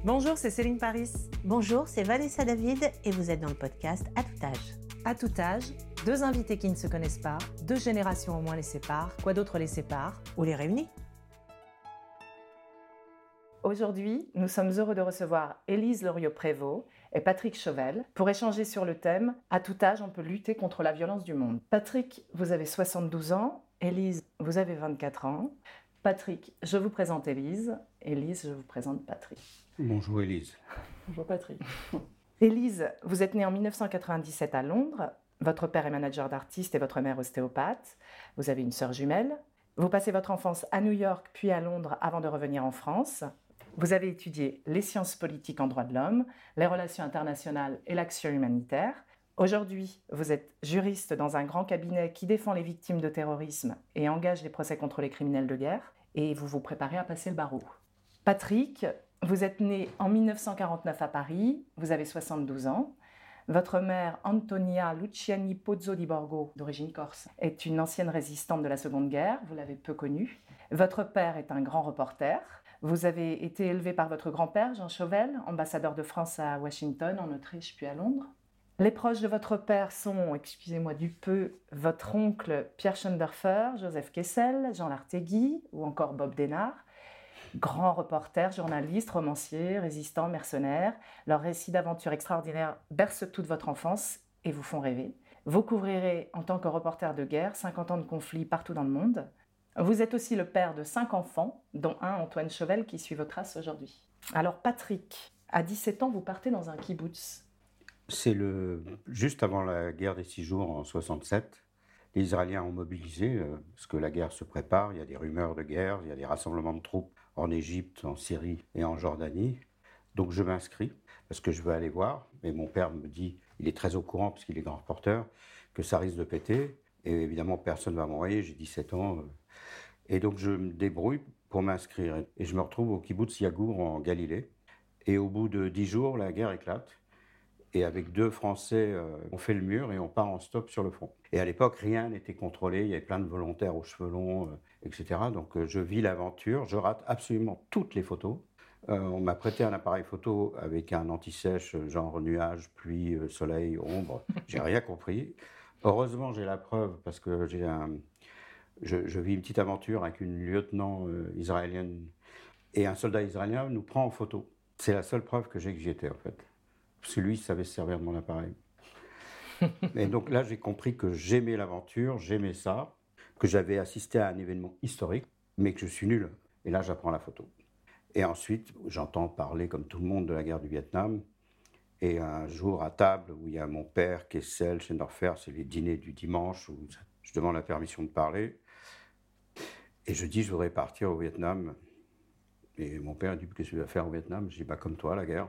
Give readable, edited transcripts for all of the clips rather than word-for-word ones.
Bonjour, c'est Céline Paris. Bonjour, c'est Vanessa David et vous êtes dans le podcast À tout âge. À tout âge, deux invités qui ne se connaissent pas, deux générations au moins les séparent, quoi d'autre les sépare Ou les réunit. Aujourd'hui, nous sommes heureux de recevoir Élise Loriot-Prévost et Patrick Chauvel pour échanger sur le thème « À tout âge, on peut lutter contre la violence du monde ». Patrick, vous avez 72 ans, Élise, vous avez 24 ans. Patrick, je vous présente Élise. Élise, je vous présente Patrick. Bonjour Élise. Bonjour Patrick. Élise, vous êtes née en 1997 à Londres. Votre père est manager d'artistes et votre mère ostéopathe. Vous avez une sœur jumelle. Vous passez votre enfance à New York puis à Londres avant de revenir en France. Vous avez étudié les sciences politiques en droit de l'homme, les relations internationales et l'action humanitaire. Aujourd'hui, vous êtes juriste dans un grand cabinet qui défend les victimes de terrorisme et engage les procès contre les criminels de guerre. Et vous vous préparez à passer le barreau. Patrick, vous êtes né en 1949 à Paris, vous avez 72 ans. Votre mère, Antonia Luciani Pozzo di Borgo, d'origine corse, est une ancienne résistante de la Seconde Guerre, vous l'avez peu connue. Votre père est un grand reporter. Vous avez été élevé par votre grand-père, Jean Chauvel, ambassadeur de France à Washington, en Autriche puis à Londres. Les proches de votre père sont, excusez-moi du peu, votre oncle Pierre Schoenderfer, Joseph Kessel, Jean Lartegui ou encore Bob Denard. Grands reporters, journalistes, romanciers, résistants, mercenaires, leurs récits d'aventures extraordinaires bercent toute votre enfance et vous font rêver. Vous couvrirez, en tant que reporter de guerre, 50 ans de conflits partout dans le monde. Vous êtes aussi le père de 5 enfants, dont un, Antoine Chauvel, qui suit vos traces aujourd'hui. Alors Patrick, à 17 ans, vous partez dans un kibbutz. C'est juste avant la guerre des 6 jours en 67. Les Israéliens ont mobilisé, parce que la guerre se prépare, il y a des rumeurs de guerre, il y a des rassemblements de troupes en Égypte, en Syrie et en Jordanie. Donc je m'inscris, parce que je veux aller voir. Mais mon père me dit, il est très au courant, parce qu'il est grand reporter, que ça risque de péter. Et évidemment, personne ne va m'envoyer, j'ai 17 ans. Et donc je me débrouille pour m'inscrire. Et je me retrouve au kibbutz Yagour en Galilée. Et au bout de 10 jours, la guerre éclate. Et avec 2 Français, on fait le mur et on part en stop sur le front. Et à l'époque, rien n'était contrôlé. Il y avait plein de volontaires aux cheveux longs, etc. Donc je vis l'aventure. Je rate absolument toutes les photos. On m'a prêté un appareil photo avec un anti-sèche, genre nuage, pluie, soleil, ombre. J'ai rien compris. Heureusement, j'ai la preuve parce que je vis une petite aventure avec une lieutenant israélienne. Et un soldat israélien nous prend en photo. C'est la seule preuve que j'ai que j'y étais, en fait. Parce que lui, il savait se servir de mon appareil. Et donc là, j'ai compris que j'aimais l'aventure, j'aimais ça, que j'avais assisté à un événement historique, mais que je suis nul. Et là, j'apprends la photo. Et ensuite, j'entends parler, comme tout le monde, de la guerre du Vietnam. Et un jour, à table, où il y a mon père, Kessel, Schoenderfer, c'est les dîners du dimanche, où je demande la permission de parler. Et je dis, je voudrais partir au Vietnam. Et mon père dit, qu'est-ce que tu vas faire au Vietnam? Je dis, bah, comme toi, la guerre.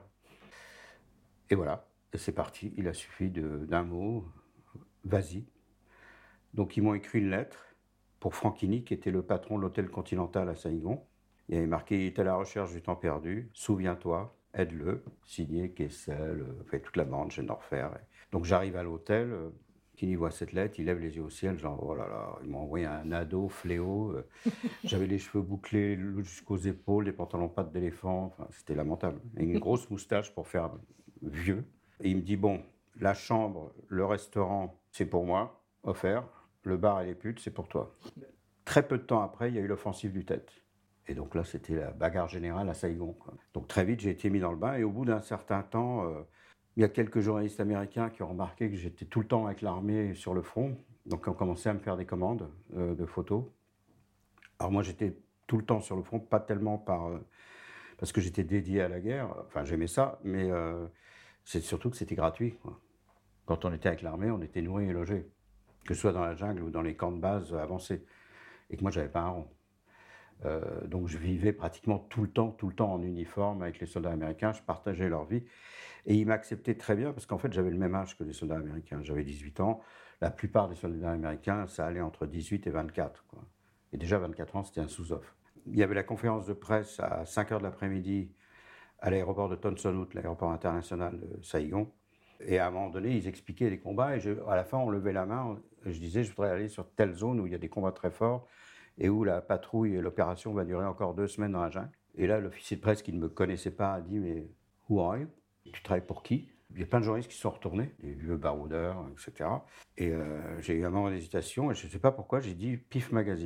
Et voilà, c'est parti. Il a suffi d'un mot, vas-y. Donc ils m'ont écrit une lettre pour Franchini, qui était le patron de l'hôtel Continental à Saïgon. Il y avait marqué, il est à la recherche du temps perdu, souviens-toi, aide-le. Signé Kessel, toute la bande, Schoenderfer. Donc j'arrive à l'hôtel, Kini voit cette lettre, il lève les yeux au ciel, genre, oh là là, il m'a envoyé un ado fléau. J'avais les cheveux bouclés jusqu'aux épaules, des pantalons pattes d'éléphant, enfin, c'était lamentable. Et une grosse moustache pour faire vieux. Et il me dit, bon, la chambre, le restaurant, c'est pour moi, offert. Le bar et les putes, c'est pour toi. Très peu de temps après, il y a eu l'offensive du Tet. Et donc là, c'était la bagarre générale à Saïgon, quoi. Donc très vite, j'ai été mis dans le bain. Et au bout d'un certain temps, il y a quelques journalistes américains qui ont remarqué que j'étais tout le temps avec l'armée sur le front. Donc ils ont commencé à me faire des commandes de photos. Alors moi, j'étais tout le temps sur le front, pas tellement parce que j'étais dédié à la guerre. Enfin, j'aimais ça, mais c'est surtout que c'était gratuit, quoi. Quand on était avec l'armée, on était nourri et logé, que ce soit dans la jungle ou dans les camps de base avancés. Et que moi, j'avais pas un rond. Donc je vivais pratiquement tout le temps en uniforme avec les soldats américains, je partageais leur vie. Et ils m'acceptaient très bien parce qu'en fait, j'avais le même âge que les soldats américains. J'avais 18 ans. La plupart des soldats américains, ça allait entre 18 et 24, quoi. Et déjà, 24 ans, c'était un sous-off. Il y avait la conférence de presse à 5 h de l'après-midi à l'aéroport de Ton Son Nhut, l'aéroport international de Saïgon. Et à un moment donné, ils expliquaient les combats. Et à la fin, on levait la main. Je disais, je voudrais aller sur telle zone où il y a des combats très forts et où la patrouille et l'opération va durer encore 2 semaines dans la jungle. Et là, l'officier de presse qui ne me connaissait pas a dit « Mais who are you ? Tu travailles pour qui ?» Il y a plein de journalistes qui sont retournés, des vieux baroudeurs, etc. Et j'ai eu un moment d'hésitation et je ne sais pas pourquoi, j'ai dit « Pif Magazine ».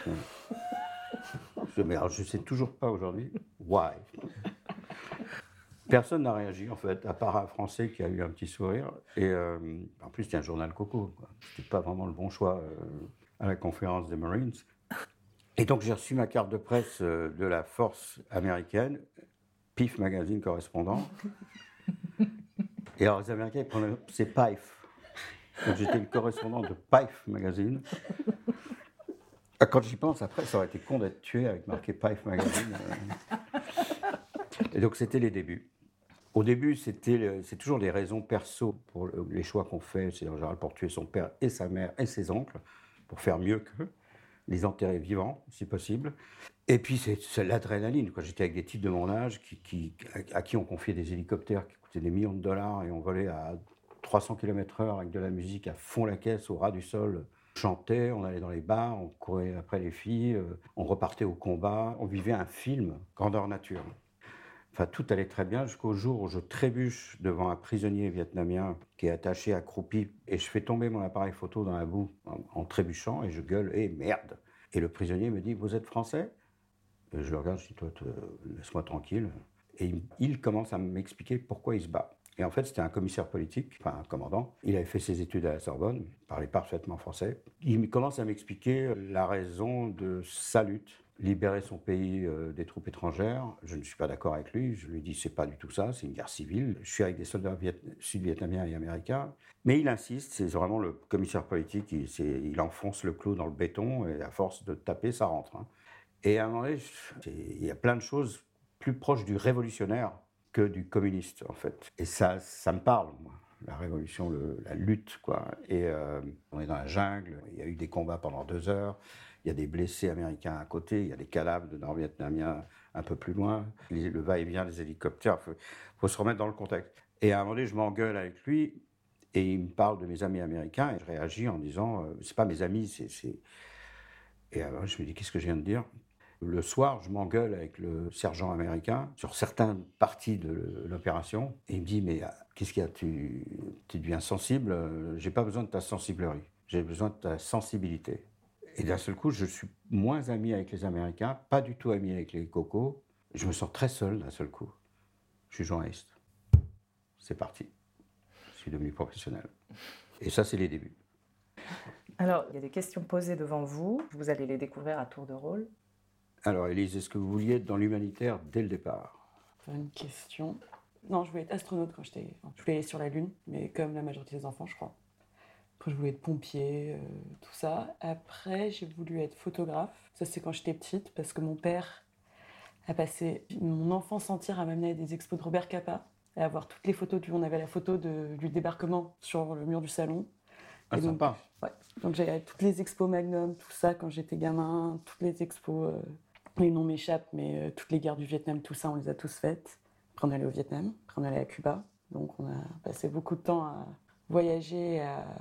Mais alors, je ne sais toujours pas aujourd'hui « Why ?» Personne n'a réagi, en fait, à part un Français qui a eu un petit sourire. Et en plus, c'était un journal coco. Ce n'était pas vraiment le bon choix à la conférence des Marines. Et donc, j'ai reçu ma carte de presse de la force américaine, Pif Magazine correspondant. Et alors, les Américains, ils prenaient, c'est Pife. Donc, j'étais le correspondant de Pife Magazine. Quand j'y pense, après, ça aurait été con d'être tué avec marqué Pife Magazine. Et donc, c'était les débuts. Au début, c'est toujours des raisons perso pour les choix qu'on fait. C'est en général pour tuer son père et sa mère et ses oncles, pour faire mieux qu'eux, les enterrer vivants, si possible. Et puis, c'est l'adrénaline. J'étais avec des types de mon âge à qui on confiait des hélicoptères qui coûtaient des millions de dollars et on volait à 300 km/h avec de la musique à fond la caisse, au ras du sol. On chantait, on allait dans les bars, on courait après les filles, on repartait au combat. On vivait un film grandeur nature. Enfin, tout allait très bien jusqu'au jour où je trébuche devant un prisonnier vietnamien qui est attaché, accroupi, et je fais tomber mon appareil photo dans la boue en trébuchant, et je gueule « Eh merde !» Et le prisonnier me dit « Vous êtes français ?» Et je le regarde, je dis « Toi, laisse-moi tranquille. » Et il commence à m'expliquer pourquoi il se bat. Et en fait, c'était un commissaire politique, enfin un commandant. Il avait fait ses études à la Sorbonne, il parlait parfaitement français. Il commence à m'expliquer la raison de sa lutte. Libérer son pays des troupes étrangères. Je ne suis pas d'accord avec lui. Je lui dis c'est pas du tout ça, c'est une guerre civile. Je suis avec des soldats sud-vietnamiens et américains. Mais il insiste, c'est vraiment le commissaire politique, il enfonce le clou dans le béton et à force de taper, ça rentre. Et à un moment donné, il y a plein de choses plus proches du révolutionnaire que du communiste, en fait. Et ça me parle, moi. La révolution, la lutte, quoi. Et on est dans la jungle, il y a eu des combats pendant 2 heures. Il y a des blessés américains à côté, il y a des cadavres de nord-vietnamiens un peu plus loin, le va-et-vient des hélicoptères, il faut se remettre dans le contexte. Et à un moment donné, je m'engueule avec lui, et il me parle de mes amis américains, et je réagis en disant, c'est pas mes amis, c'est... Et alors, je me dis, qu'est-ce que je viens de dire ? Le soir, je m'engueule avec le sergent américain sur certaines parties de l'opération, et il me dit, mais qu'est-ce qu'il y a ? Tu deviens sensible ? J'ai pas besoin de ta sensiblerie, j'ai besoin de ta sensibilité. Et d'un seul coup, je suis moins ami avec les Américains, pas du tout ami avec les cocos. Je me sens très seul d'un seul coup. Je suis journaliste. C'est parti. Je suis devenu professionnel. Et ça, c'est les débuts. Alors, il y a des questions posées devant vous. Vous allez les découvrir à tour de rôle. Alors, Élise, est-ce que vous vouliez être dans l'humanitaire dès le départ ? Une question. Non, je voulais être astronaute quand je voulais aller sur la Lune, mais comme la majorité des enfants, je crois. Après, je voulais être pompier, tout ça. Après, j'ai voulu être photographe. Ça, c'est quand j'étais petite, parce que mon père a passé mon enfance entière à m'amener à des expos de Robert Capa, et à voir toutes les photos. On avait la photo du débarquement sur le mur du salon. Ah, et donc, sympa. Ouais. Donc, j'avais toutes les expos Magnum, tout ça, quand j'étais gamin. Toutes les expos, les noms m'échappent, mais toutes les guerres du Vietnam, tout ça, on les a tous faites. Après, on allait au Vietnam, après, on allait à Cuba. Donc, on a passé beaucoup de temps à voyager,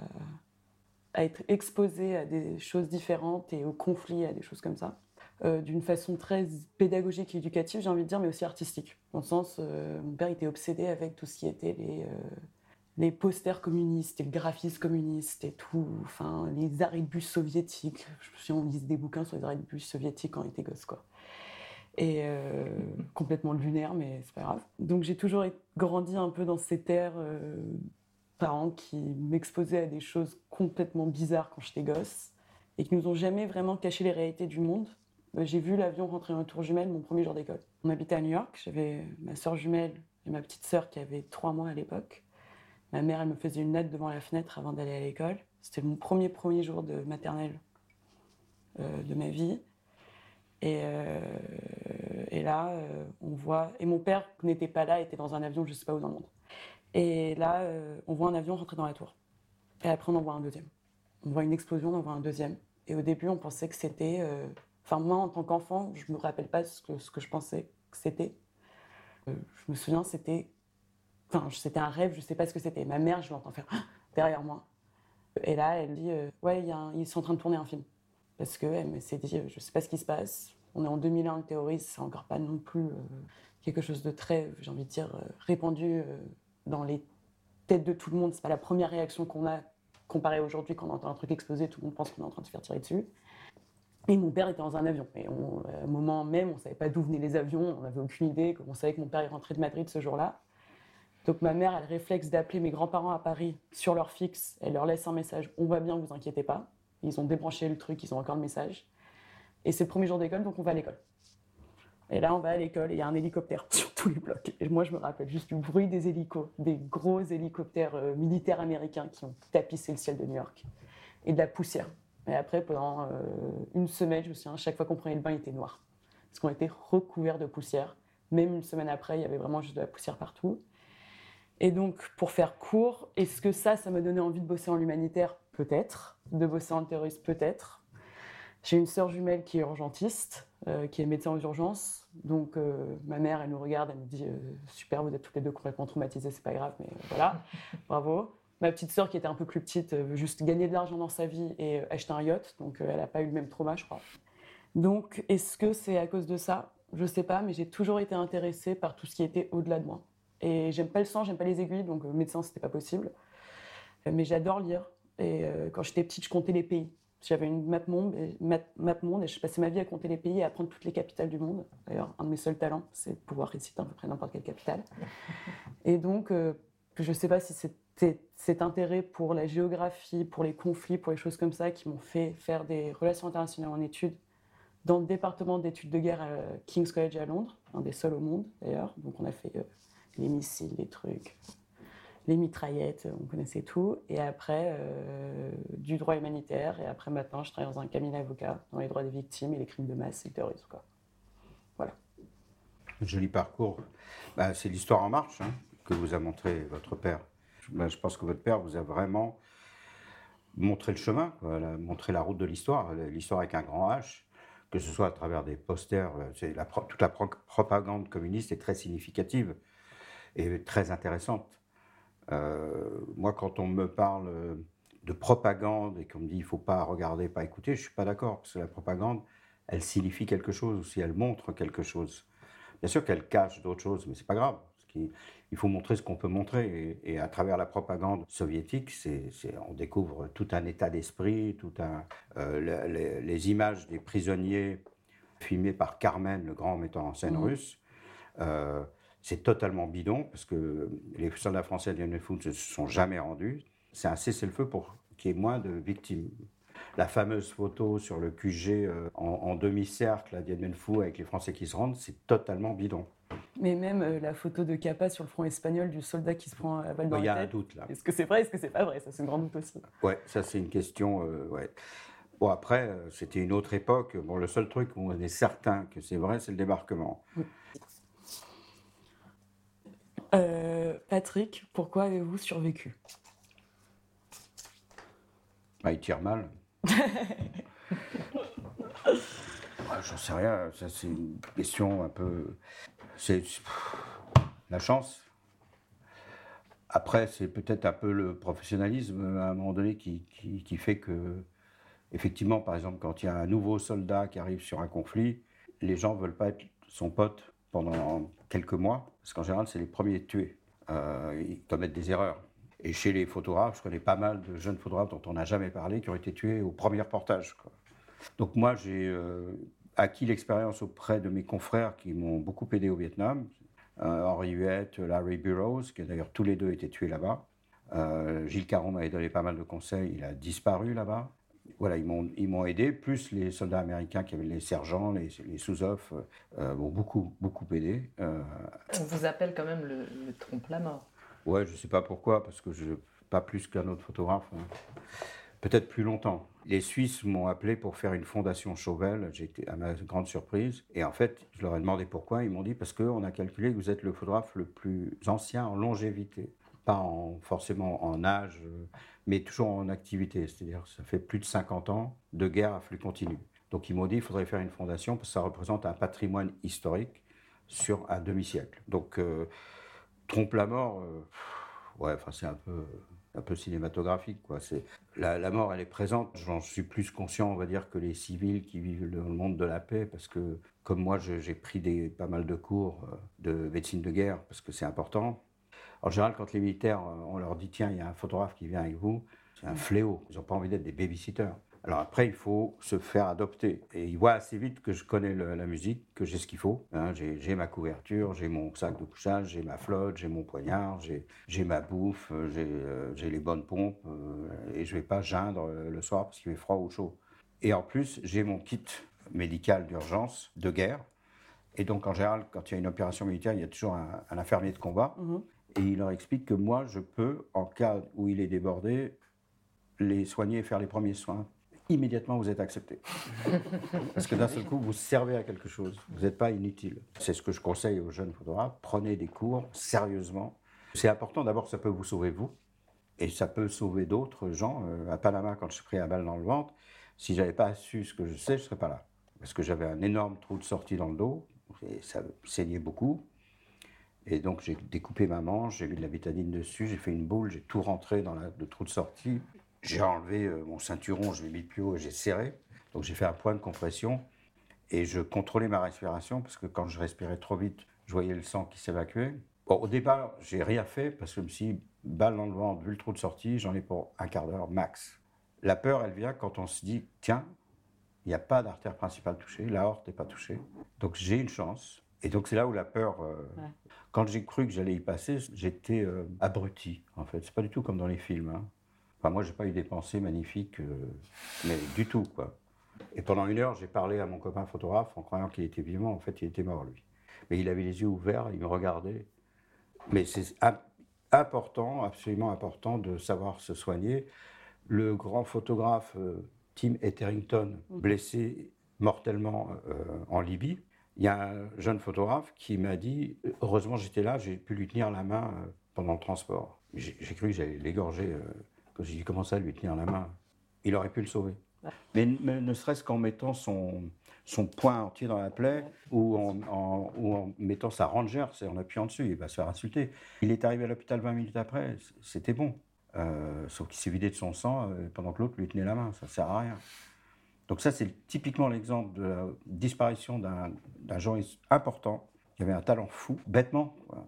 à être exposé à des choses différentes et aux conflits, à des choses comme ça, d'une façon très pédagogique et éducative, j'ai envie de dire, mais aussi artistique. Dans le sens, mon père était obsédé avec tout ce qui était les posters communistes et le graphisme communiste et tout, enfin, les arrêts de bus soviétiques. Je me souviens, on lisait des bouquins sur les arrêts de bus soviétiques quand on était gosse, quoi. Et complètement lunaire, mais c'est pas grave. Donc j'ai toujours grandi un peu dans cette ère... parents qui m'exposaient à des choses complètement bizarres quand j'étais gosse et qui nous ont jamais vraiment caché les réalités du monde. J'ai vu l'avion rentrer dans la tour jumelle mon premier jour d'école. On habitait à New York, j'avais ma sœur jumelle et ma petite sœur qui avait 3 mois à l'époque. Ma mère, elle me faisait une lettre devant la fenêtre avant d'aller à l'école. C'était mon premier jour de maternelle de ma vie. Et là, on voit... Et mon père n'était pas là, était dans un avion je sais pas où dans le monde. Et là, on voit un avion rentrer dans la tour. Et après, on en voit un deuxième. On voit une explosion, on en voit un deuxième. Et au début, on pensait que c'était... Enfin, moi, en tant qu'enfant, je ne me rappelle pas ce que je pensais que c'était. Je me souviens, c'était un rêve, je ne sais pas ce que c'était. Ma mère, je l'entends faire derrière moi. Et là, elle dit « Ouais, ils sont en train de tourner un film. » Parce qu'elle s'est dit « Je ne sais pas ce qui se passe. On est en 2001, le terrorisme, c'est encore pas non plus quelque chose de très, j'ai envie de dire, répandu dans les têtes de tout le monde. C'est pas la première réaction qu'on a comparé aujourd'hui quand on entend un truc exploser, tout le monde pense qu'on est en train de se faire tirer dessus. Et mon père était dans un avion. Et à un moment même, on ne savait pas d'où venaient les avions, on n'avait aucune idée. On savait que mon père est rentré de Madrid ce jour-là. Donc ma mère a le réflexe d'appeler mes grands-parents à Paris sur leur fixe. Elle leur laisse un message « On va bien, vous inquiétez pas ». Ils ont débranché le truc, ils ont encore le message. Et c'est le premier jour d'école, donc on va à l'école. Et là, on va à l'école et il y a un hélicoptère sur tous les blocs. Et moi, je me rappelle juste du bruit des hélicos, des gros hélicoptères militaires américains qui ont tapissé le ciel de New York. Et de la poussière. Et après, pendant une semaine, je me souviens, chaque fois qu'on prenait le bain, il était noir. Parce qu'on était recouverts de poussière. Même une semaine après, il y avait vraiment juste de la poussière partout. Et donc, pour faire court, est-ce que ça m'a donné envie de bosser en l'humanitaire ? Peut-être. De bosser en terrorisme ? Peut-être. J'ai une sœur jumelle qui est urgentiste, qui est médecin aux urgences. Donc, ma mère, elle nous regarde, elle nous dit « Super, vous êtes toutes les deux complètement traumatisées, c'est pas grave, mais voilà, bravo ». Ma petite sœur, qui était un peu plus petite, veut juste gagner de l'argent dans sa vie et acheter un yacht. Donc, elle n'a pas eu le même trauma, je crois. Donc, est-ce que c'est à cause de ça ? Je ne sais pas, mais j'ai toujours été intéressée par tout ce qui était au-delà de moi. Et j'aime pas le sang, j'aime pas les aiguilles, donc médecin, c'était pas possible. Mais j'adore lire. Et quand j'étais petite, je comptais les pays. J'avais une map monde et je passais ma vie à compter les pays et à apprendre toutes les capitales du monde. D'ailleurs, un de mes seuls talents, c'est de pouvoir réciter à peu près n'importe quelle capitale. Et donc, je ne sais pas si c'était cet intérêt pour la géographie, pour les conflits, pour les choses comme ça, qui m'ont fait faire des relations internationales en études dans le département d'études de guerre à King's College à Londres, un des seuls au monde d'ailleurs. Donc on a fait les missiles, les trucs, les mitraillettes, on connaissait tout. Et après, du droit humanitaire. Et après, maintenant, je travaille dans un cabinet d'avocats dans les droits des victimes et les crimes de masse et le terrorisme, quoi. Voilà. Joli parcours. C'est l'histoire en marche que vous a montré votre père. Je pense que votre père vous a vraiment montré le chemin, montré la route de l'histoire avec un grand H, que ce soit à travers des posters. Toute la propagande communiste est très significative et très intéressante. Moi, quand on me parle de propagande et qu'on me dit il ne faut pas regarder, pas écouter, je ne suis pas d'accord, parce que la propagande, elle signifie quelque chose aussi, elle montre quelque chose. Bien sûr qu'elle cache d'autres choses, mais ce n'est pas grave. Il faut montrer ce qu'on peut montrer. Et à travers la propagande soviétique, on découvre tout un état d'esprit, les images des prisonniers filmées par Carmen, le grand metteur en scène russe. C'est totalement bidon, parce que les soldats français de Dien Bien Phu ne se sont jamais rendus. C'est un cessez-le-feu pour qu'il y ait moins de victimes. La fameuse photo sur le QG en demi-cercle à Dien Bien Phu avec les Français qui se rendent, c'est totalement bidon. Mais même la photo de Capa sur le front espagnol du soldat qui se prend la balle dans la tête. Il y a un doute là. Est-ce que c'est vrai, est-ce que c'est pas vrai ? Ça, c'est un grand doute aussi. Ouais, ça c'est une question. Ouais. Bon, après, c'était une autre époque. Bon, le seul truc où on est certain que c'est vrai, c'est le débarquement. Patrick, pourquoi avez-vous survécu ? Il tire mal. J'en sais rien. Ça, c'est une question un peu. C'est la chance. Après, c'est peut-être un peu le professionnalisme à un moment donné qui fait que, effectivement, par exemple, quand il y a un nouveau soldat qui arrive sur un conflit, les gens ne veulent pas être son pote pendant quelques mois, parce qu'en général, c'est les premiers tués. Ils commettent des erreurs. Et chez les photographes, je connais pas mal de jeunes photographes dont on n'a jamais parlé, qui ont été tués au premier reportage, quoi. Donc moi, j'ai acquis l'expérience auprès de mes confrères qui m'ont beaucoup aidé au Vietnam. Henri Huette, Larry Burroughs, qui d'ailleurs tous les deux été tués là-bas. Gilles Caron m'avait donné pas mal de conseils, il a disparu là-bas. Voilà, ils m'ont aidé, plus les soldats américains qui avaient les sergents, les sous-off, m'ont beaucoup aidé. On vous appelle quand même le trompe-la-mort. Ouais, je ne sais pas pourquoi, parce que pas plus qu'un autre photographe. Peut-être plus longtemps. Les Suisses m'ont appelé pour faire une fondation Chauvel, j'ai été à ma grande surprise. Et en fait, je leur ai demandé pourquoi. Ils m'ont dit parce qu'on a calculé que vous êtes le photographe le plus ancien en longévité. Pas forcément en âge, mais toujours en activité. C'est-à-dire que ça fait plus de 50 ans de guerre à flux continu. Donc ils m'ont dit qu'il faudrait faire une fondation parce que ça représente un patrimoine historique sur un demi-siècle. Donc, trompe la mort, c'est un peu... un peu cinématographique, quoi. La mort, elle est présente. J'en suis plus conscient, on va dire, que les civils qui vivent dans le monde de la paix, parce que, comme moi, j'ai pris pas mal de cours de médecine de guerre, parce que c'est important. En général, quand les militaires, on leur dit, tiens, il y a un photographe qui vient avec vous, c'est un fléau. Ils n'ont pas envie d'être des babysitters. Alors après, il faut se faire adopter. Et ils voient assez vite que je connais la musique, que j'ai ce qu'il faut. Hein, j'ai ma couverture, j'ai mon sac de couchage, j'ai ma flotte, j'ai mon poignard, j'ai ma bouffe, j'ai les bonnes pompes. Et je ne vais pas geindre le soir parce qu'il fait froid ou chaud. Et en plus, j'ai mon kit médical d'urgence, de guerre. Et donc, en général, quand il y a une opération militaire, il y a toujours un infirmier de combat. Et il leur explique que moi, je peux, en cas où il est débordé, les soigner et faire les premiers soins. Immédiatement, vous êtes accepté. Parce que d'un seul coup, vous servez à quelque chose. Vous n'êtes pas inutile. C'est ce que je conseille aux jeunes photographes. Prenez des cours sérieusement. C'est important, d'abord, ça peut vous sauver vous. Et ça peut sauver d'autres gens. À Panama, quand je suis pris à balle dans le ventre, si je n'avais pas su ce que je sais, je ne serais pas là. Parce que j'avais un énorme trou de sortie dans le dos. Et ça saignait beaucoup. Et donc, j'ai découpé ma manche, j'ai mis de la bétadine dessus, j'ai fait une boule, j'ai tout rentré dans le trou de sortie. J'ai enlevé mon ceinturon, je l'ai mis plus haut et j'ai serré. Donc, j'ai fait un point de compression et je contrôlais ma respiration parce que quand je respirais trop vite, je voyais le sang qui s'évacuait. Bon, au départ, j'ai rien fait parce que je me suis dit, balle dans le ventre, vu le trou de sortie, j'en ai pour un quart d'heure max. La peur, elle vient quand on se dit, tiens, il n'y a pas d'artère principale touchée, l'aorte n'est pas touchée. Donc, j'ai une chance. Et donc, c'est là où la peur... Quand j'ai cru que j'allais y passer, j'étais abruti, en fait. C'est pas du tout comme dans les films. Hein. Enfin, moi, j'ai pas eu des pensées magnifiques, mais du tout, quoi. Et pendant 1 heure, j'ai parlé à mon copain photographe en croyant qu'il était vivant. En fait, il était mort, lui. Mais il avait les yeux ouverts, il me regardait. Mais c'est important, absolument important, de savoir se soigner. Le grand photographe Tim Etherington, blessé mortellement en Libye, il y a un jeune photographe qui m'a dit « Heureusement, j'étais là, j'ai pu lui tenir la main pendant le transport. » J'ai cru que j'allais l'égorger. Quand j'ai dit « Comment ça, lui tenir la main ?» Il aurait pu le sauver. Mais ne serait-ce qu'en mettant son poing entier dans la plaie ou en mettant sa ranger, c'est en appuyant dessus, il va se faire insulter. Il est arrivé à l'hôpital 20 minutes après, c'était bon. Sauf qu'il s'est vidé de son sang pendant que l'autre lui tenait la main, ça ne sert à rien. Donc ça, c'est typiquement l'exemple de la disparition d'un journaliste important qui avait un talent fou, bêtement. Voilà.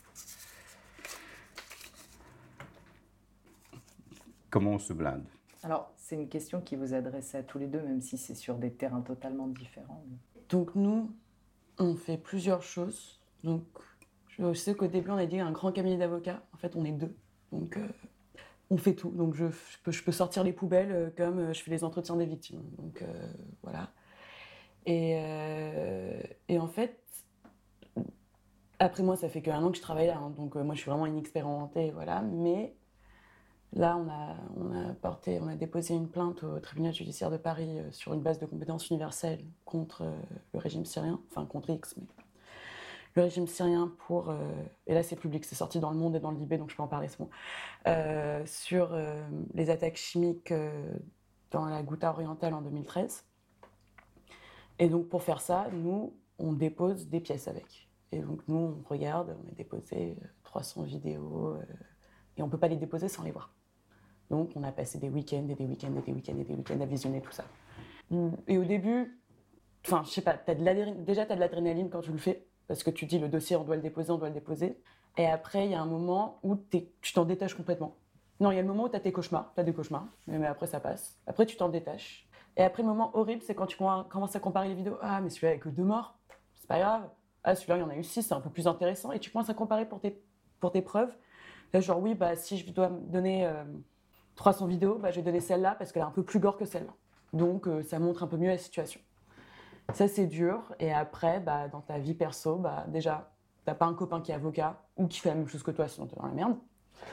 Comment on se blinde ? Alors, c'est une question qui vous adresse à tous les deux, même si c'est sur des terrains totalement différents. Donc nous, on fait plusieurs choses. Donc, je sais qu'au début, on a dit un grand cabinet d'avocats. En fait, on est 2. Donc, on fait tout. Donc, je peux sortir les poubelles comme je fais les entretiens des victimes. Donc, voilà. Et en fait, après moi, ça fait qu'1 an que je travaille là. Hein, donc, moi, je suis vraiment inexpérimentée. Voilà. Mais là, on a déposé une plainte au tribunal judiciaire de Paris sur une base de compétences universelle contre le régime syrien. Enfin, contre X, mais le régime syrien pour... et là, c'est public, c'est sorti dans Le Monde et dans le Libé, donc je peux en parler, c'est bon. Sur les attaques chimiques dans la Ghouta orientale en 2013. Et donc, pour faire ça, nous, on dépose des pièces avec. Et donc, nous, on regarde, on a déposé 300 vidéos, et on ne peut pas les déposer sans les voir. Donc, on a passé des week-ends et des week-ends et des week-ends et des week-ends à visionner tout ça. Et au début, enfin, je sais pas, déjà, tu as de l'adrénaline quand tu le fais, parce que tu dis, le dossier, on doit le déposer, on doit le déposer. Et après, il y a un moment où tu t'en détaches complètement. Non, il y a le moment où tu as tes cauchemars, tu as des cauchemars, mais après, ça passe. Après, tu t'en détaches. Et après, le moment horrible, c'est quand tu commences à comparer les vidéos. Ah, mais celui-là, avec 2 morts, c'est pas grave. Ah, celui-là, il y en a eu 6, c'est un peu plus intéressant. Et tu commences à comparer pour tes preuves. Là, genre, oui, bah, si je dois me donner 300 vidéos, bah, je vais donner celle-là parce qu'elle est un peu plus gore que celle-là. Donc, ça montre un peu mieux la situation. Ça, c'est dur. Et après, bah, dans ta vie perso, bah, déjà, t'as pas un copain qui est avocat ou qui fait la même chose que toi, sinon t'es dans la merde.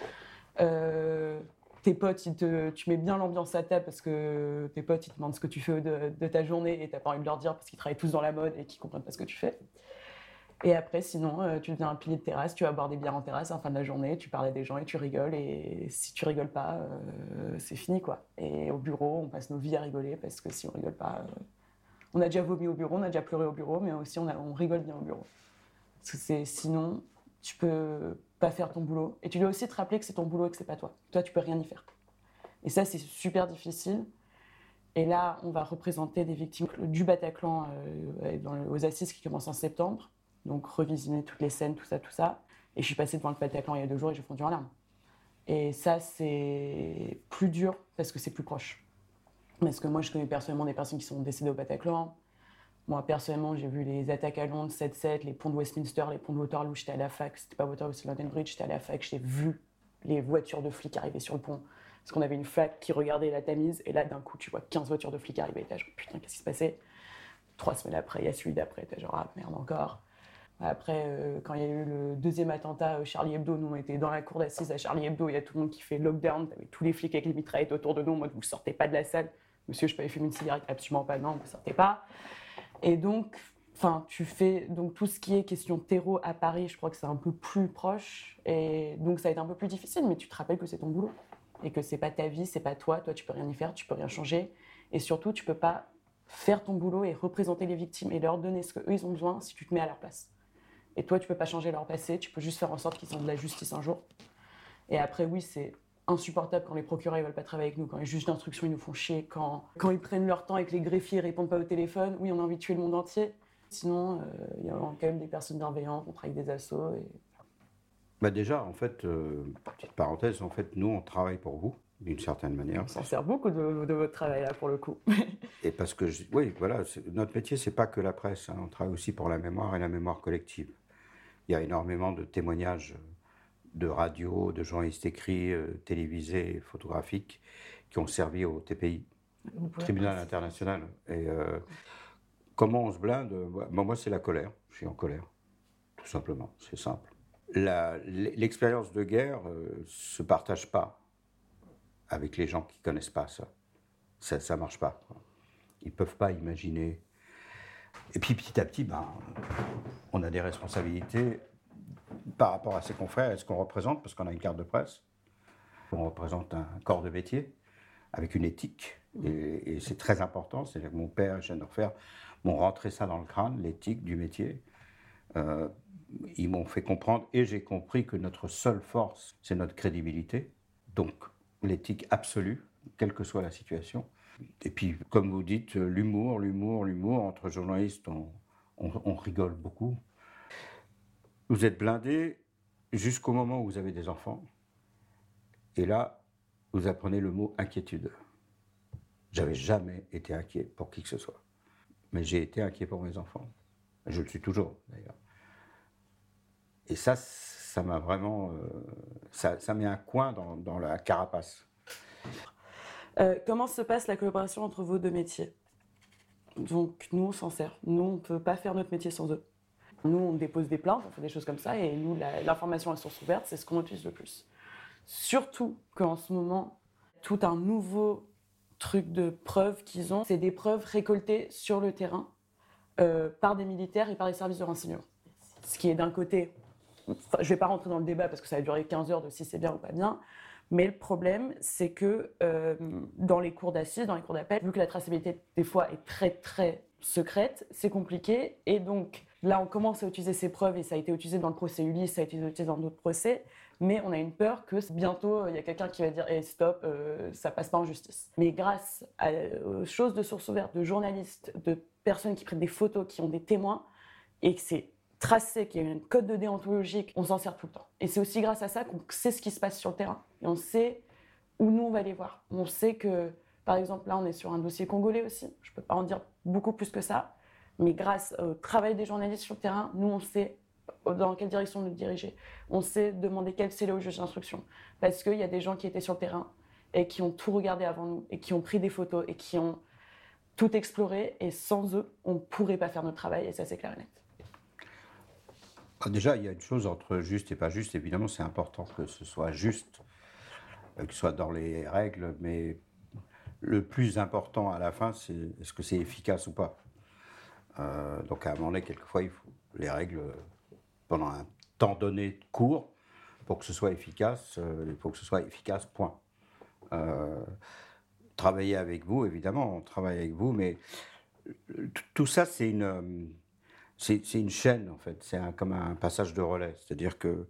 Tes potes, tu mets bien l'ambiance à table parce que tes potes, ils te demandent ce que tu fais de ta journée et t'as pas envie de leur dire parce qu'ils travaillent tous dans la mode et qu'ils comprennent pas ce que tu fais. Et après, sinon, tu deviens un pilier de terrasse, tu vas boire des bières en terrasse à la fin de la journée, tu parles à des gens et tu rigoles. Et si tu rigoles pas, c'est fini, quoi. Et au bureau, on passe nos vies à rigoler parce que si on rigole pas, on a déjà vomi au bureau, on a déjà pleuré au bureau, mais aussi on rigole bien au bureau. Parce que sinon, tu peux pas faire ton boulot. Et tu dois aussi te rappeler que c'est ton boulot et que c'est pas toi. Toi, tu peux rien y faire. Et ça, c'est super difficile. Et là, on va représenter des victimes du Bataclan aux assises qui commencent en septembre. Donc, revisionner toutes les scènes, tout ça. Et je suis passée devant le Bataclan il y a 2 jours et j'ai fondu en larmes. Et ça, c'est plus dur parce que c'est plus proche. Parce que moi, je connais personnellement des personnes qui sont décédées au Bataclan. Moi, personnellement, j'ai vu les attaques à Londres, 7-7, les ponts de Westminster, les ponts de Waterloo. J'étais à la fac, c'était pas Waterloo, c'est London Bridge. J'étais à la fac, j'ai vu les voitures de flics arriver sur le pont. Parce qu'on avait une fac qui regardait la Tamise. Et là, d'un coup, tu vois 15 voitures de flics arriver. Et t'as genre, putain, qu'est-ce qui se passait? 3 semaines après, il y a celui d'après. T'as genre, ah merde, encore. Après, quand il y a eu le 2e attentat Charlie Hebdo, nous on était dans la cour d'assises à Charlie Hebdo, il y a tout le monde qui fait lockdown, t'avais tous les flics avec les mitraillettes autour de nous, en mode vous sortez pas de la salle. Monsieur, je peux aller fumer une cigarette? Absolument pas, non, vous sortez pas. Et donc, tu fais donc tout ce qui est question terreau à Paris, je crois que c'est un peu plus proche. Et donc ça a été un peu plus difficile, mais tu te rappelles que c'est ton boulot. Et que c'est pas ta vie, c'est pas toi, tu peux rien y faire, tu peux rien changer. Et surtout, tu peux pas faire ton boulot et représenter les victimes et leur donner ce qu'eux ils ont besoin si tu te mets à leur place. Et toi, tu peux pas changer leur passé, tu peux juste faire en sorte qu'ils aient de la justice un jour. Et après, oui, c'est insupportable quand les procureurs ils veulent pas travailler avec nous, quand les juges d'instruction ils nous font chier, quand ils prennent leur temps et que les greffiers répondent pas au téléphone. Oui, on a envie de tuer le monde entier. Sinon, il y a quand même des personnes bienveillantes, on travaille avec des assos. Déjà, en fait, petite parenthèse, en fait, nous, on travaille pour vous, d'une certaine manière. On s'en sert beaucoup de votre travail, là, pour le coup. Et parce que, oui, voilà, notre métier, c'est pas que la presse. On travaille aussi pour la mémoire et la mémoire collective. Il y a énormément de témoignages de radio, de journalistes écrits, télévisés, photographiques, qui ont servi au TPI, Tribunal international. Et comment on se blinde? Moi, c'est la colère. Je suis en colère, tout simplement. C'est simple. L'expérience de guerre se partage pas avec les gens qui connaissent pas ça. Ça marche pas. Ils peuvent pas imaginer. Et puis petit à petit, on a des responsabilités par rapport à ses confrères et ce qu'on représente, parce qu'on a une carte de presse. On représente un corps de métier avec une éthique, et c'est très important. C'est-à-dire que mon père et Jeanne Orfer m'ont rentré ça dans le crâne, l'éthique du métier. Ils m'ont fait comprendre, et j'ai compris que notre seule force, c'est notre crédibilité. Donc, l'éthique absolue, quelle que soit la situation. Et puis, comme vous dites, l'humour, entre journalistes, on rigole beaucoup. Vous êtes blindés jusqu'au moment où vous avez des enfants. Et là, vous apprenez le mot inquiétude. J'avais jamais été inquiet pour qui que ce soit. Mais j'ai été inquiet pour mes enfants. Je le suis toujours, d'ailleurs. Et ça m'a vraiment... ça met un coin dans la carapace. Comment se passe la collaboration entre vos 2 métiers? Donc, nous, on s'en sert. Nous, on ne peut pas faire notre métier sans eux. Nous, on dépose des plaintes, on fait des choses comme ça, et nous, l'information à source ouverte, c'est ce qu'on utilise le plus. Surtout qu'en ce moment, tout un nouveau truc de preuves qu'ils ont, c'est des preuves récoltées sur le terrain par des militaires et par les services de renseignement. Ce qui est d'un côté... je ne vais pas rentrer dans le débat parce que ça va durer 15 heures de si c'est bien ou pas bien, mais le problème, c'est que dans les cours d'assises, dans les cours d'appel, vu que la traçabilité, des fois, est très, très secrète, c'est compliqué. Et donc, là, on commence à utiliser ces preuves, et ça a été utilisé dans le procès Ulysse, ça a été utilisé dans d'autres procès, mais on a une peur que bientôt, il y a quelqu'un qui va dire hey, « stop, ça passe pas en justice ». Mais grâce aux choses de source ouverte, de journalistes, de personnes qui prennent des photos, qui ont des témoins, et que c'est tracé, qu'il y a un code de déontologique, on s'en sert tout le temps. Et c'est aussi grâce à ça qu'on sait ce qui se passe sur le terrain. Et on sait où nous, on va les voir. On sait que, par exemple, là, on est sur un dossier congolais aussi. Je ne peux pas en dire beaucoup plus que ça. Mais grâce au travail des journalistes sur le terrain, nous, on sait dans quelle direction nous diriger. On sait demander quel scellé au juge d'instruction. Parce qu'il y a des gens qui étaient sur le terrain et qui ont tout regardé avant nous, et qui ont pris des photos, et qui ont tout exploré. Et sans eux, on ne pourrait pas faire notre travail. Et ça, c'est clair et net. Déjà, il y a une chose entre juste et pas juste. Évidemment, c'est important que ce soit juste, que ce soit dans les règles, mais le plus important à la fin, c'est est-ce que c'est efficace ou pas. Donc, à un moment donné, quelquefois, il faut les règles, pendant un temps donné court, pour que ce soit efficace, il faut que ce soit efficace, point. Travailler avec vous, évidemment, on travaille avec vous, mais tout ça, c'est une chaîne, en fait. C'est comme un passage de relais. C'est-à-dire que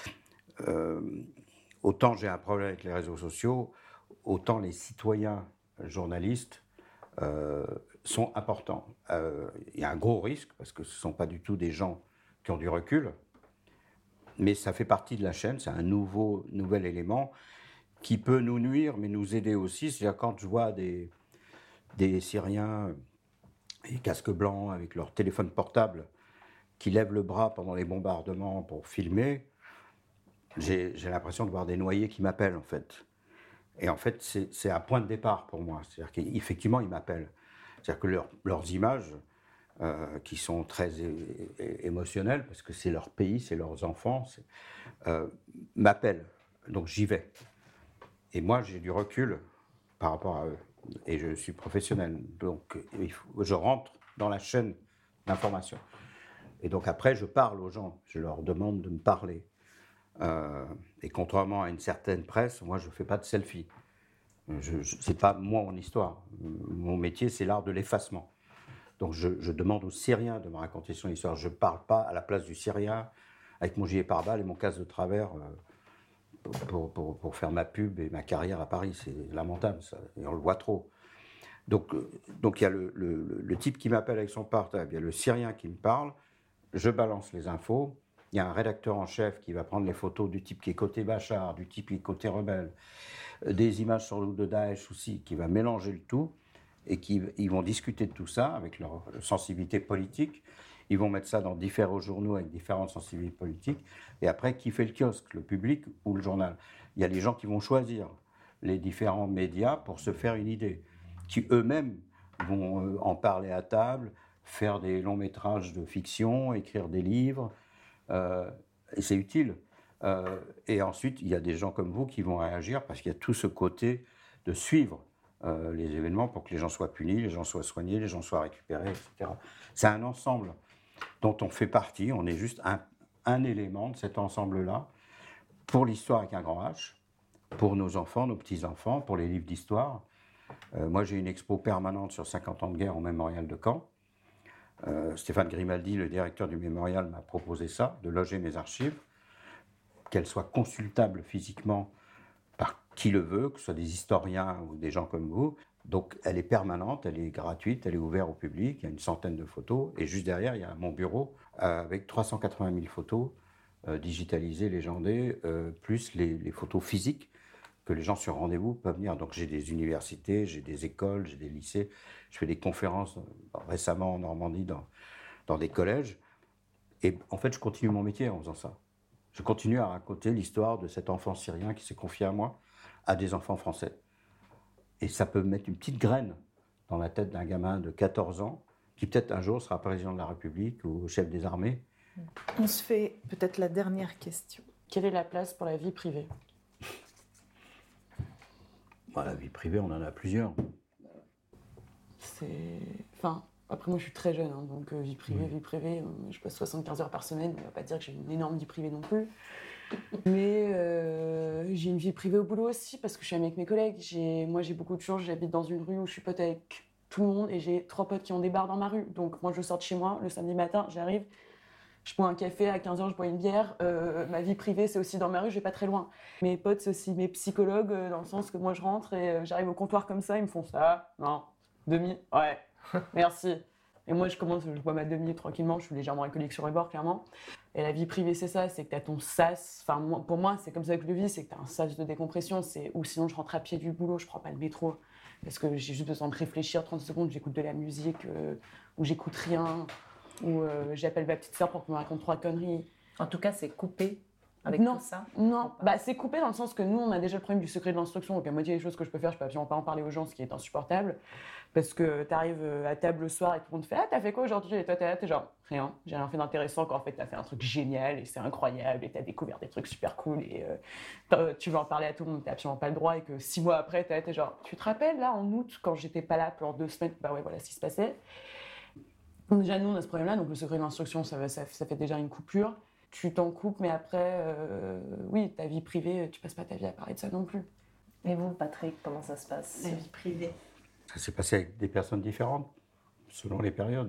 autant j'ai un problème avec les réseaux sociaux, autant les citoyens journalistes sont importants. Il y a un gros risque, parce que ce ne sont pas du tout des gens qui ont du recul, mais ça fait partie de la chaîne, c'est un nouvel élément qui peut nous nuire, mais nous aider aussi. C'est-à-dire quand je vois des Syriens, les casques blancs avec leur téléphone portable, qui lèvent le bras pendant les bombardements pour filmer, j'ai l'impression de voir des noyés qui m'appellent, en fait. Et en fait, c'est un point de départ pour moi. C'est-à-dire qu'effectivement, ils m'appellent. C'est-à-dire que leurs images, qui sont très émotionnelles, parce que c'est leur pays, c'est leurs enfants, m'appellent. Donc j'y vais. Et moi, j'ai du recul par rapport à eux. Et je suis professionnel. Donc je rentre dans la chaîne d'information. Et donc après, je parle aux gens. Je leur demande de me parler. Et contrairement à une certaine presse, moi, je ne fais pas de selfie. C'est pas moi mon histoire. Mon métier, c'est l'art de l'effacement. Donc je demande aux Syriens de me raconter son histoire. Je ne parle pas à la place du Syrien avec mon gilet pare-balles et mon casque de travers pour faire ma pub et ma carrière à Paris. C'est lamentable, ça. Et on le voit trop. Donc il y a le type qui m'appelle avec son portable, il y a le Syrien qui me parle, je balance les infos. Il y a un rédacteur en chef qui va prendre les photos du type qui est côté Bachar, du type qui est côté rebelle, des images sur le dos de Daesh aussi, qui va mélanger le tout et ils vont discuter de tout ça avec leur sensibilité politique. Ils vont mettre ça dans différents journaux avec différentes sensibilités politiques. Et après, qui fait le kiosque, le public ou le journal? Il y a les gens qui vont choisir les différents médias pour se faire une idée, qui eux-mêmes vont en parler à table, faire des longs métrages de fiction, écrire des livres. Et c'est utile. Et ensuite, il y a des gens comme vous qui vont réagir parce qu'il y a tout ce côté de suivre les événements pour que les gens soient punis, les gens soient soignés, les gens soient récupérés, etc. C'est un ensemble dont on fait partie. On est juste un élément de cet ensemble-là pour l'histoire avec un grand H, pour nos enfants, nos petits-enfants, pour les livres d'histoire. Moi, j'ai une expo permanente sur 50 ans de guerre au mémorial de Caen. Stéphane Grimaldi, le directeur du mémorial, m'a proposé ça, de loger mes archives, qu'elles soient consultables physiquement par qui le veut, que ce soit des historiens ou des gens comme vous. Donc elle est permanente, elle est gratuite, elle est ouverte au public, il y a une centaine de photos, et juste derrière, il y a mon bureau avec 380 000 photos digitalisées, légendées, plus les photos physiques que les gens sur rendez-vous peuvent venir. Donc j'ai des universités, j'ai des écoles, j'ai des lycées, je fais des conférences récemment en Normandie dans des collèges. Et en fait, je continue mon métier en faisant ça. Je continue à raconter l'histoire de cet enfant syrien qui s'est confié à moi, à des enfants français. Et ça peut mettre une petite graine dans la tête d'un gamin de 14 ans qui peut-être un jour sera président de la République ou chef des armées. On se fait peut-être la dernière question. Quelle est la place pour la vie privée? Bon, la vie privée, on en a plusieurs. Enfin, après moi je suis très jeune, hein, donc vie privée, je passe 75 heures par semaine, on va pas dire que j'ai une énorme vie privée non plus. Mais j'ai une vie privée au boulot aussi, parce que je suis amie avec mes collègues. Moi j'ai beaucoup de chance, j'habite dans une rue où je suis pote avec tout le monde, et j'ai 3 potes qui ont des bars dans ma rue. Donc moi je sors de chez moi, le samedi matin, j'arrive, je bois un café, à 15h je bois une bière. Ma vie privée c'est aussi dans ma rue, je vais pas très loin. Mes potes c'est aussi mes psychologues, dans le sens que moi je rentre et j'arrive au comptoir comme ça, ils me font ça, non, demi, ouais, merci. Et moi je bois ma demi tranquillement, je suis légèrement alcoolique sur le bord clairement. Et la vie privée c'est ça, c'est que t'as ton sas, enfin pour moi c'est comme ça que je le vis, c'est que t'as un sas de décompression, ou sinon je rentre à pied du boulot, je prends pas le métro, parce que j'ai juste besoin de réfléchir 30 secondes, j'écoute de la musique, ou j'écoute rien, ou j'appelle ma petite sœur pour qu'elle me raconte 3 conneries. En tout cas, c'est coupé avec Non, tout ça? non, bah, c'est coupé dans le sens que nous, on a déjà le problème du secret de l'instruction, donc la moitié des choses que je peux faire, je peux absolument pas en parler aux gens, ce qui est insupportable, parce que t'arrives à table le soir et tout le monde fait « Ah, t'as fait quoi aujourd'hui ?» Et toi, t'es genre « Rien, j'ai rien fait d'intéressant, qu'en fait, t'as fait un truc génial, et c'est incroyable, et t'as découvert des trucs super cool, et tu veux en parler à tout le monde, t'as absolument pas le droit, et que 6 mois après, t'es genre « Tu te rappelles, là, en août, quand j'étais pas là pendant 2 semaines, bah ouais, voilà ce qui se passait. » Donc déjà, nous, on a ce problème-là, donc le secret de l'instruction, ça fait déjà une coupure. Tu t'en coupes, mais après, oui, ta vie privée, tu passes pas ta vie à parler de ça non plus. Et vous, Patrick, comment ça se passe? La vie privée. Ça s'est passé avec des personnes différentes, selon les périodes.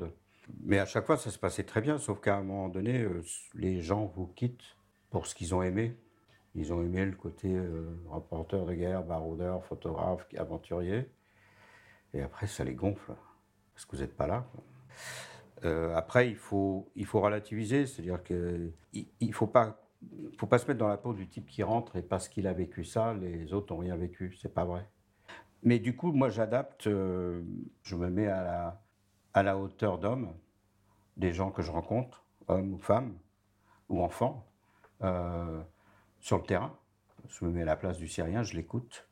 Mais à chaque fois, ça se passait très bien, sauf qu'à un moment donné, les gens vous quittent pour ce qu'ils ont aimé. Ils ont aimé le côté reporter de guerre, baroudeur, photographe, aventurier. Et après, ça les gonfle, parce que vous n'êtes pas là, quoi. Après, il faut relativiser, c'est-à-dire qu'il ne faut pas se mettre dans la peau du type qui rentre et parce qu'il a vécu ça, les autres n'ont rien vécu. C'est pas vrai. Mais du coup, moi, j'adapte, je me mets à la hauteur d'hommes, des gens que je rencontre, hommes ou femmes, ou enfants, sur le terrain. Je me mets à la place du Syrien, je l'écoute,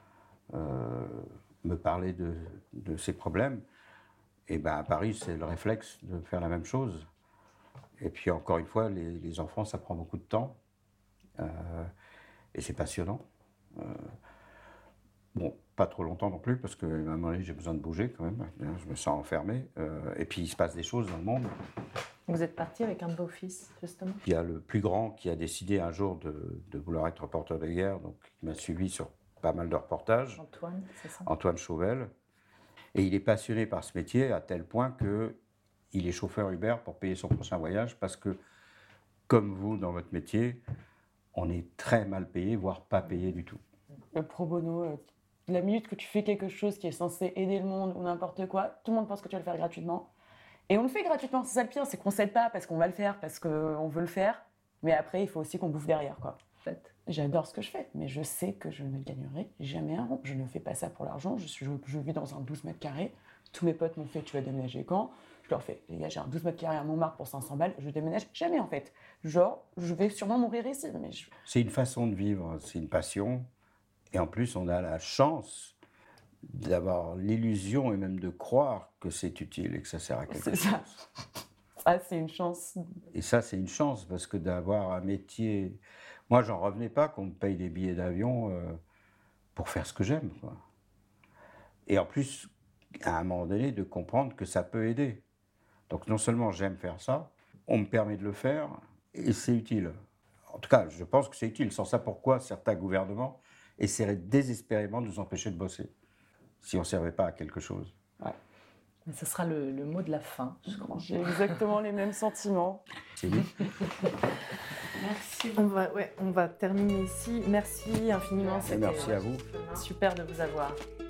me parler de ses problèmes. Et ben à Paris, c'est le réflexe de faire la même chose. Et puis encore une fois, les enfants, ça prend beaucoup de temps. Et c'est passionnant. Bon, pas trop longtemps non plus, parce qu'à un moment donné, j'ai besoin de bouger quand même. Je me sens enfermé. Et puis il se passe des choses dans le monde. Vous êtes parti avec un beau-fils, justement. Il y a le plus grand qui a décidé un jour de vouloir être reporter de guerre, donc il m'a suivi sur pas mal de reportages. Antoine, c'est ça? Antoine Chauvel. Et il est passionné par ce métier à tel point qu'il est chauffeur Uber pour payer son prochain voyage parce que, comme vous, dans votre métier, on est très mal payé, voire pas payé du tout. Le pro bono, la minute que tu fais quelque chose qui est censé aider le monde ou n'importe quoi, tout le monde pense que tu vas le faire gratuitement. Et on le fait gratuitement, c'est ça le pire, c'est qu'on ne s'aide pas parce qu'on va le faire, parce qu'on veut le faire. Mais après, il faut aussi qu'on bouffe derrière, quoi. J'adore ce que je fais, mais je sais que je ne gagnerai jamais un rond. Je ne fais pas ça pour l'argent. Je vis dans un 12 mètres carrés. Tous mes potes m'ont fait « tu vas déménager quand ?» Je leur fais « les gars, j'ai un 12 mètres carrés à Montmartre pour 500 balles, je déménage jamais en fait. Genre, je vais sûrement mourir ici. » mais C'est une façon de vivre, c'est une passion. Et en plus, on a la chance d'avoir l'illusion et même de croire que c'est utile et que ça sert à quelque chose. C'est ça. Ça, c'est une chance. Et ça, c'est une chance parce que d'avoir un métier... Moi, j'en revenais pas qu'on me paye des billets d'avion pour faire ce que j'aime, quoi. Et en plus, à un moment donné, de comprendre que ça peut aider. Donc non seulement j'aime faire ça, on me permet de le faire et c'est utile. En tout cas, je pense que c'est utile. Sans ça, pourquoi certains gouvernements essaieraient désespérément de nous empêcher de bosser si on ne servait pas à quelque chose? Ouais. Ce sera le mot de la fin, je crois. J'ai exactement les mêmes sentiments. C'est lui. Merci. On va terminer ici. Merci infiniment. Merci à vous. Super de vous avoir.